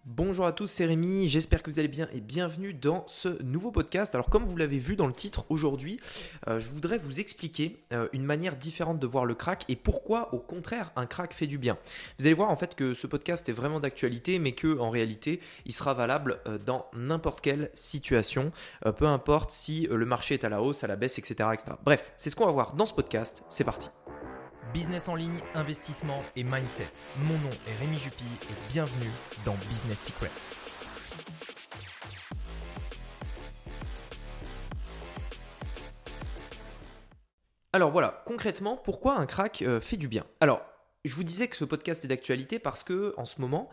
Bonjour à tous, c'est Rémi, j'espère que vous allez bien et bienvenue dans ce nouveau podcast. Alors comme vous l'avez vu dans le titre aujourd'hui, je voudrais vous expliquer une manière différente de voir le crack et pourquoi au contraire un crack fait du bien. Vous allez voir en fait que ce podcast est vraiment d'actualité mais que en réalité il sera valable dans n'importe quelle situation, peu importe si le marché est à la hausse, à la baisse, etc. etc. Bref, c'est ce qu'on va voir dans ce podcast, c'est parti. Business en ligne, investissement et mindset. Mon nom est Rémi Jupy et bienvenue dans Business Secrets. Alors voilà, concrètement, pourquoi un crack fait du bien ? Alors, je vous disais que ce podcast est d'actualité parce que en ce moment,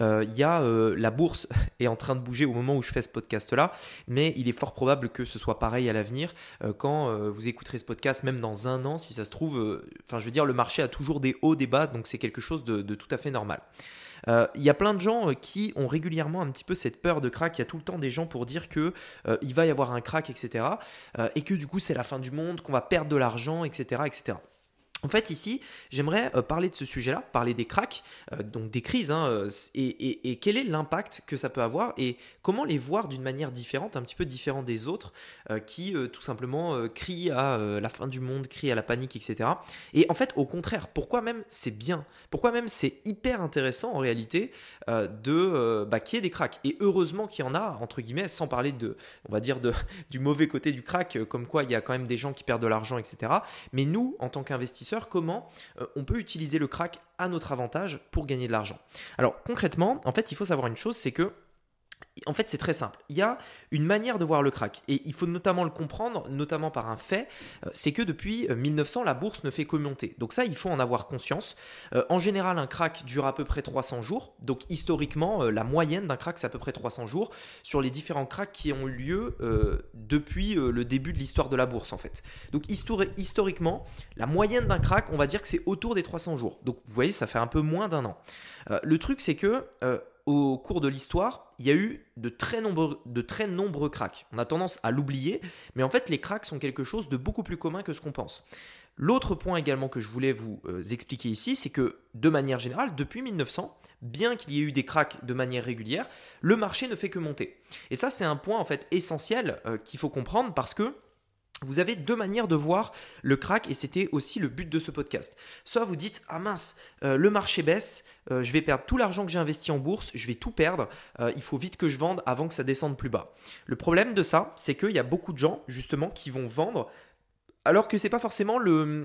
la bourse est en train de bouger au moment où je fais ce podcast-là, mais il est fort probable que ce soit pareil à l'avenir quand vous écouterez ce podcast, même dans un an, si ça se trouve. Le marché a toujours des hauts, des bas, donc c'est quelque chose de tout à fait normal. Il y a plein de gens qui ont régulièrement un petit peu cette peur de crack. Il y a tout le temps des gens pour dire que il va y avoir un crack, etc. Et que du coup, c'est la fin du monde, qu'on va perdre de l'argent, etc., etc. En fait, ici, j'aimerais parler de ce sujet-là, parler des cracks, donc des crises, et quel est l'impact que ça peut avoir et comment les voir d'une manière différente, un petit peu différente des autres, qui tout simplement crient à la fin du monde, crient à la panique, etc. Et en fait, au contraire, pourquoi même c'est bien, pourquoi même c'est hyper intéressant en réalité qu'il y ait des cracks. Et heureusement qu'il y en a, entre guillemets, sans parler du mauvais côté du crack, comme quoi il y a quand même des gens qui perdent de l'argent, etc. Mais nous, en tant qu'investisseurs, comment on peut utiliser le crack à notre avantage pour gagner de l'argent. Alors concrètement, en fait, il faut savoir une chose, c'est que en fait, c'est très simple. Il y a une manière de voir le crack et il faut notamment le comprendre, notamment par un fait, c'est que depuis 1900, la bourse ne fait que monter. Donc ça, il faut en avoir conscience. En général, un crack dure à peu près 300 jours. Donc historiquement, la moyenne d'un crack, c'est à peu près 300 jours sur les différents cracks qui ont eu lieu depuis le début de l'histoire de la bourse en fait. Donc historiquement, la moyenne d'un crack, on va dire que c'est autour des 300 jours. Donc vous voyez, ça fait un peu moins d'un an. Le truc, c'est que au cours de l'histoire, il y a eu de très nombreux cracks. On a tendance à l'oublier, mais en fait, les cracks sont quelque chose de beaucoup plus commun que ce qu'on pense. L'autre point également que je voulais vous expliquer ici, c'est que de manière générale, depuis 1900, bien qu'il y ait eu des cracks de manière régulière, le marché ne fait que monter. Et ça, c'est un point en fait essentiel qu'il faut comprendre parce que vous avez deux manières de voir le crack et c'était aussi le but de ce podcast. Soit vous dites « Ah mince, le marché baisse, je vais perdre tout l'argent que j'ai investi en bourse, je vais tout perdre, il faut vite que je vende avant que ça descende plus bas. » Le problème de ça, c'est qu'il y a beaucoup de gens justement qui vont vendre alors que c'est pas forcément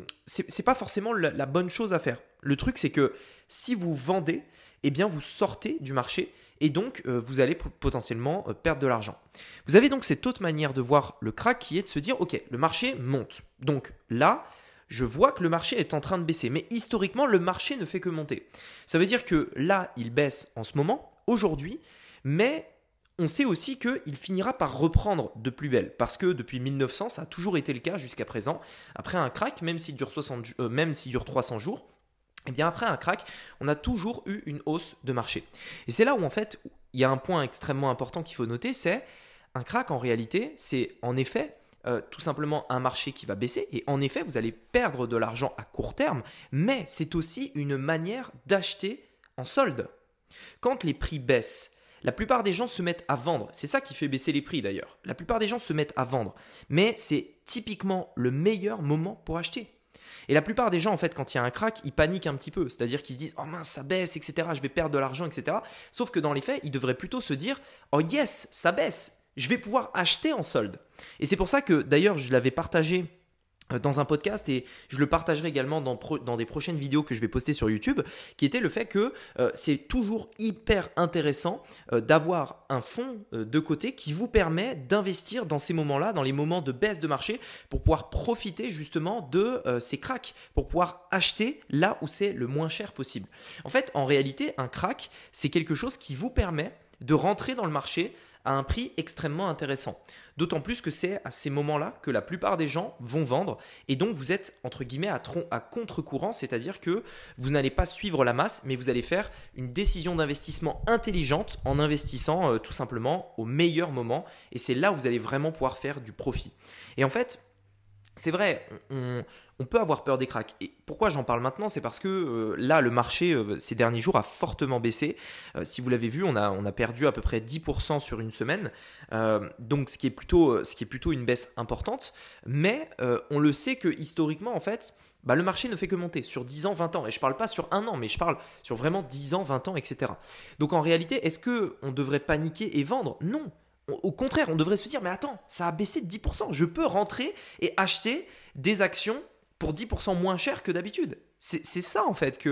la bonne chose à faire. Le truc, c'est que si vous vendez, eh bien vous sortez du marché et donc vous allez potentiellement perdre de l'argent. Vous avez donc cette autre manière de voir le crack qui est de se dire ok, le marché monte. Donc là, je vois que le marché est en train de baisser, mais historiquement, le marché ne fait que monter. Ça veut dire que là, il baisse en ce moment, aujourd'hui, mais on sait aussi qu'il finira par reprendre de plus belle parce que depuis 1900, ça a toujours été le cas jusqu'à présent. Après un crack, même s'il dure 300 jours, et bien après un crack, on a toujours eu une hausse de marché. Et c'est là où en fait, il y a un point extrêmement important qu'il faut noter, c'est un crack en réalité, c'est en effet tout simplement un marché qui va baisser et en effet, vous allez perdre de l'argent à court terme, mais c'est aussi une manière d'acheter en solde. Quand les prix baissent, la plupart des gens se mettent à vendre. C'est ça qui fait baisser les prix d'ailleurs. La plupart des gens se mettent à vendre, mais c'est typiquement le meilleur moment pour acheter. Et la plupart des gens, en fait, quand il y a un crack, ils paniquent un petit peu. C'est-à-dire qu'ils se disent « Oh mince, ça baisse, etc. Je vais perdre de l'argent, etc. » Sauf que dans les faits, ils devraient plutôt se dire « Oh yes, ça baisse. Je vais pouvoir acheter en solde. » Et c'est pour ça que, d'ailleurs, je l'avais partagé dans un podcast et je le partagerai également dans des prochaines vidéos que je vais poster sur YouTube, qui était le fait que c'est toujours hyper intéressant d'avoir un fonds de côté qui vous permet d'investir dans ces moments-là, dans les moments de baisse de marché, pour pouvoir profiter justement de ces cracks, pour pouvoir acheter là où c'est le moins cher possible. En fait, en réalité, un crack, c'est quelque chose qui vous permet de rentrer dans le marché à un prix extrêmement intéressant. D'autant plus que c'est à ces moments-là que la plupart des gens vont vendre et donc vous êtes entre guillemets à contre-courant, c'est-à-dire que vous n'allez pas suivre la masse, mais vous allez faire une décision d'investissement intelligente en investissant tout simplement au meilleur moment et c'est là où vous allez vraiment pouvoir faire du profit. Et en fait, c'est vrai, on peut avoir peur des cracks. Et pourquoi j'en parle maintenant? C'est parce que là, le marché, ces derniers jours, a fortement baissé. Si vous l'avez vu, on a perdu à peu près 10% sur une semaine. Donc, ce qui est plutôt une baisse importante. Mais on le sait que historiquement, en fait, le marché ne fait que monter sur 10 ans, 20 ans. Et je ne parle pas sur un an, mais je parle sur vraiment 10 ans, 20 ans, etc. Donc, en réalité, est-ce qu'on devrait paniquer et vendre? Non. Au contraire, on devrait se dire, mais attends, ça a baissé de 10%. Je peux rentrer et acheter des actions pour 10% moins cher que d'habitude. C'est ça en fait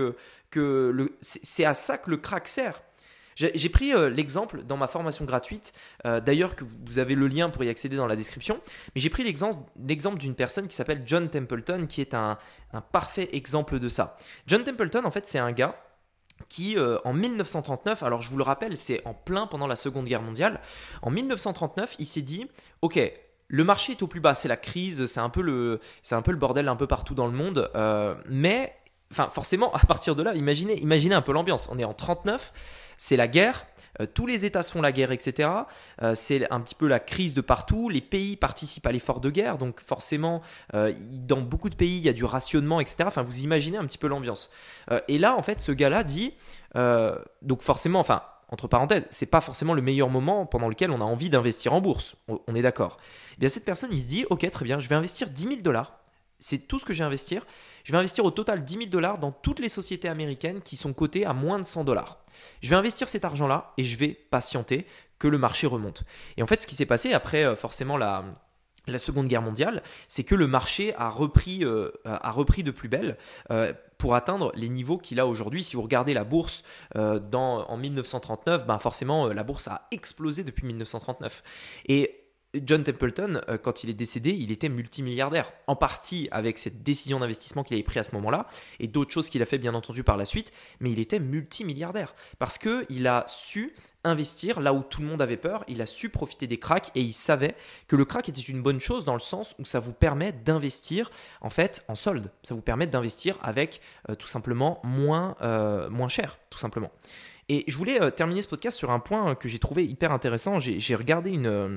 c'est à ça que le crack sert. J'ai pris l'exemple dans ma formation gratuite, d'ailleurs que vous avez le lien pour y accéder dans la description, mais j'ai pris l'exemple d'une personne qui s'appelle John Templeton, qui est un parfait exemple de ça. John Templeton, en fait, c'est un gars qui, en 1939, alors je vous le rappelle, c'est en plein pendant la Seconde Guerre mondiale, en 1939, il s'est dit, ok, le marché est au plus bas, c'est la crise, c'est un peu le bordel un peu partout dans le monde, mais forcément, à partir de là, imaginez un peu l'ambiance. On est en 39, c'est la guerre, tous les États se font la guerre, etc. C'est un petit peu la crise de partout, les pays participent à l'effort de guerre, donc forcément, dans beaucoup de pays, il y a du rationnement, etc. Enfin, vous imaginez un petit peu l'ambiance. Et là, en fait, ce gars-là dit, donc forcément, entre parenthèses, c'est pas forcément le meilleur moment pendant lequel on a envie d'investir en bourse, on est d'accord. Eh bien, cette personne, il se dit, ok, très bien, je vais investir 10 000 $. C'est tout ce que je vais investir. Je vais investir au total 10 000 $ dans toutes les sociétés américaines qui sont cotées à moins de 100 $. Je vais investir cet argent-là et je vais patienter que le marché remonte. Et en fait, ce qui s'est passé après forcément la Seconde Guerre mondiale, c'est que le marché a repris de plus belle pour atteindre les niveaux qu'il a aujourd'hui. Si vous regardez la bourse en 1939, forcément la bourse a explosé depuis 1939. Et John Templeton, quand il est décédé, il était multimilliardaire, en partie avec cette décision d'investissement qu'il avait prise à ce moment-là, et d'autres choses qu'il a fait bien entendu par la suite, mais il était multimilliardaire, parce qu'il a su investir là où tout le monde avait peur, il a su profiter des cracks, et il savait que le crack était une bonne chose dans le sens où ça vous permet d'investir en fait en solde, ça vous permet d'investir avec tout simplement moins cher, tout simplement. Et je voulais terminer ce podcast sur un point que j'ai trouvé hyper intéressant. J'ai regardé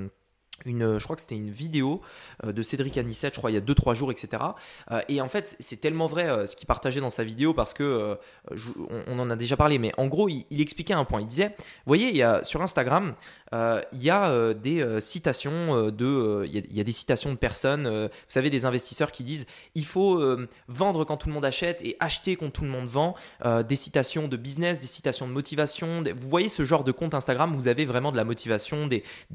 je crois que c'était une vidéo de Cédric Anissette, je crois il y a 2-3 jours, etc. Et en fait, c'est tellement vrai ce qu'il partageait dans sa vidéo parce que on en a déjà parlé, mais en gros, il expliquait un point. Il disait, vous voyez, sur Instagram, il y a des citations il y a des citations de personnes, vous savez, des investisseurs qui disent il faut vendre quand tout le monde achète et acheter quand tout le monde vend, des citations de business, des citations de motivation. Vous voyez ce genre de compte Instagram, vous avez vraiment de la motivation,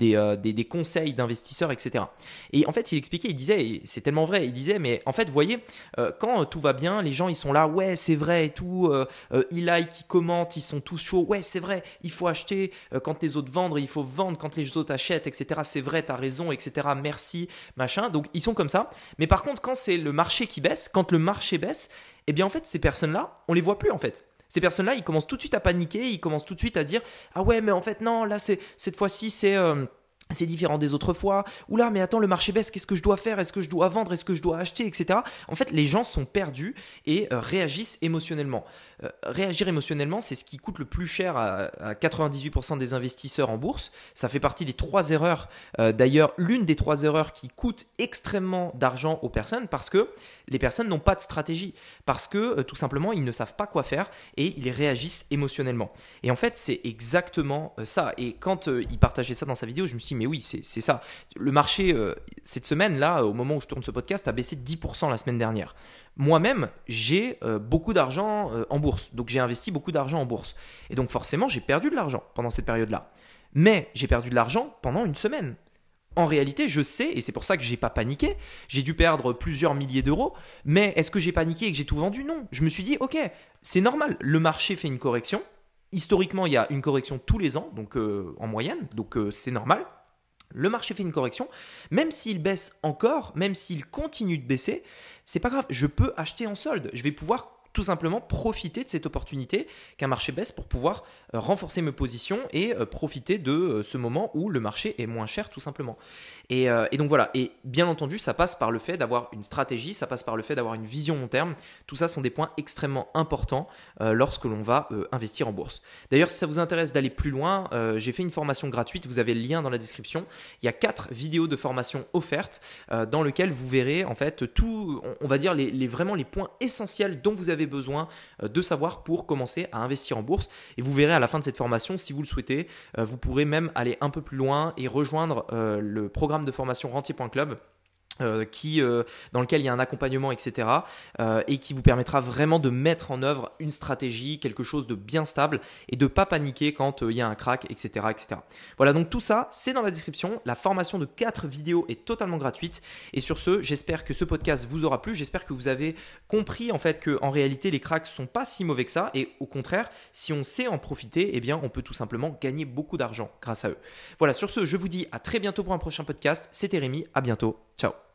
des conseils d'investisseurs, etc. Et en fait, il expliquait, il disait, et c'est tellement vrai, il disait, mais en fait, vous voyez, quand tout va bien, les gens, ils sont là, ouais, c'est vrai et tout, ils like, ils commentent, ils sont tous chauds, ouais, c'est vrai, il faut acheter quand les autres vendent, il faut vendre quand les autres achètent, etc. C'est vrai, t'as raison, etc. Merci, machin. Donc, ils sont comme ça. Mais par contre, quand c'est le marché qui baisse, quand le marché baisse, eh bien, en fait, ces personnes-là, on les voit plus, en fait. Ces personnes-là, ils commencent tout de suite à paniquer, ils commencent tout de suite à dire « Ah ouais, mais en fait, non, là, cette fois-ci, c'est différent des autres fois. Oula, mais attends, le marché baisse, qu'est-ce que je dois faire? Est-ce que je dois vendre? Est-ce que je dois acheter? Etc. En fait, les gens sont perdus et réagissent émotionnellement. Réagir émotionnellement, c'est ce qui coûte le plus cher à 98% des investisseurs en bourse. Ça fait partie des 3 erreurs. D'ailleurs, l'une des 3 erreurs qui coûte extrêmement d'argent aux personnes parce que les personnes n'ont pas de stratégie. Parce que tout simplement, ils ne savent pas quoi faire et ils réagissent émotionnellement. Et en fait, c'est exactement ça. Et quand il partageait ça dans sa vidéo, je me suis dit, mais oui, c'est ça. Le marché, cette semaine-là, au moment où je tourne ce podcast, a baissé de 10% la semaine dernière. Moi-même, j'ai beaucoup d'argent en bourse. Donc, j'ai investi beaucoup d'argent en bourse. Et donc, forcément, j'ai perdu de l'argent pendant cette période-là. Mais j'ai perdu de l'argent pendant une semaine. En réalité, je sais, et c'est pour ça que je n'ai pas paniqué, j'ai dû perdre plusieurs milliers d'euros, mais est-ce que j'ai paniqué et que j'ai tout vendu? Non. Je me suis dit, ok, c'est normal, le marché fait une correction. Historiquement, il y a une correction tous les ans, donc en moyenne, donc c'est normal. Le marché fait une correction, même s'il baisse encore, même s'il continue de baisser, c'est pas grave, je peux acheter en solde. Je vais pouvoir tout simplement profiter de cette opportunité qu'un marché baisse pour pouvoir renforcer mes positions et profiter de ce moment où le marché est moins cher tout simplement. Et donc voilà, et bien entendu ça passe par le fait d'avoir une stratégie, ça passe par le fait d'avoir une vision long terme. Tout ça sont des points extrêmement importants lorsque l'on va investir en bourse. D'ailleurs, si ça vous intéresse d'aller plus loin, j'ai fait une formation gratuite, vous avez le lien dans la description. Il y a 4 vidéos de formation offertes dans lesquelles vous verrez en fait tout, on va dire vraiment les points essentiels dont vous avez besoin de savoir pour commencer à investir en bourse. Et vous verrez à la fin de cette formation, si vous le souhaitez, vous pourrez même aller un peu plus loin et rejoindre le programme de formation Rentier.club. Dans lequel il y a un accompagnement, etc. Et qui vous permettra vraiment de mettre en œuvre une stratégie, quelque chose de bien stable et de ne pas paniquer quand il y a un crack, etc., etc. Voilà, donc tout ça, c'est dans la description. La formation de 4 vidéos est totalement gratuite. Et sur ce, j'espère que ce podcast vous aura plu. J'espère que vous avez compris en fait qu'en réalité, les cracks ne sont pas si mauvais que ça. Et au contraire, si on sait en profiter, eh bien, on peut tout simplement gagner beaucoup d'argent grâce à eux. Voilà, sur ce, je vous dis à très bientôt pour un prochain podcast. C'était Rémi, à bientôt. Ciao.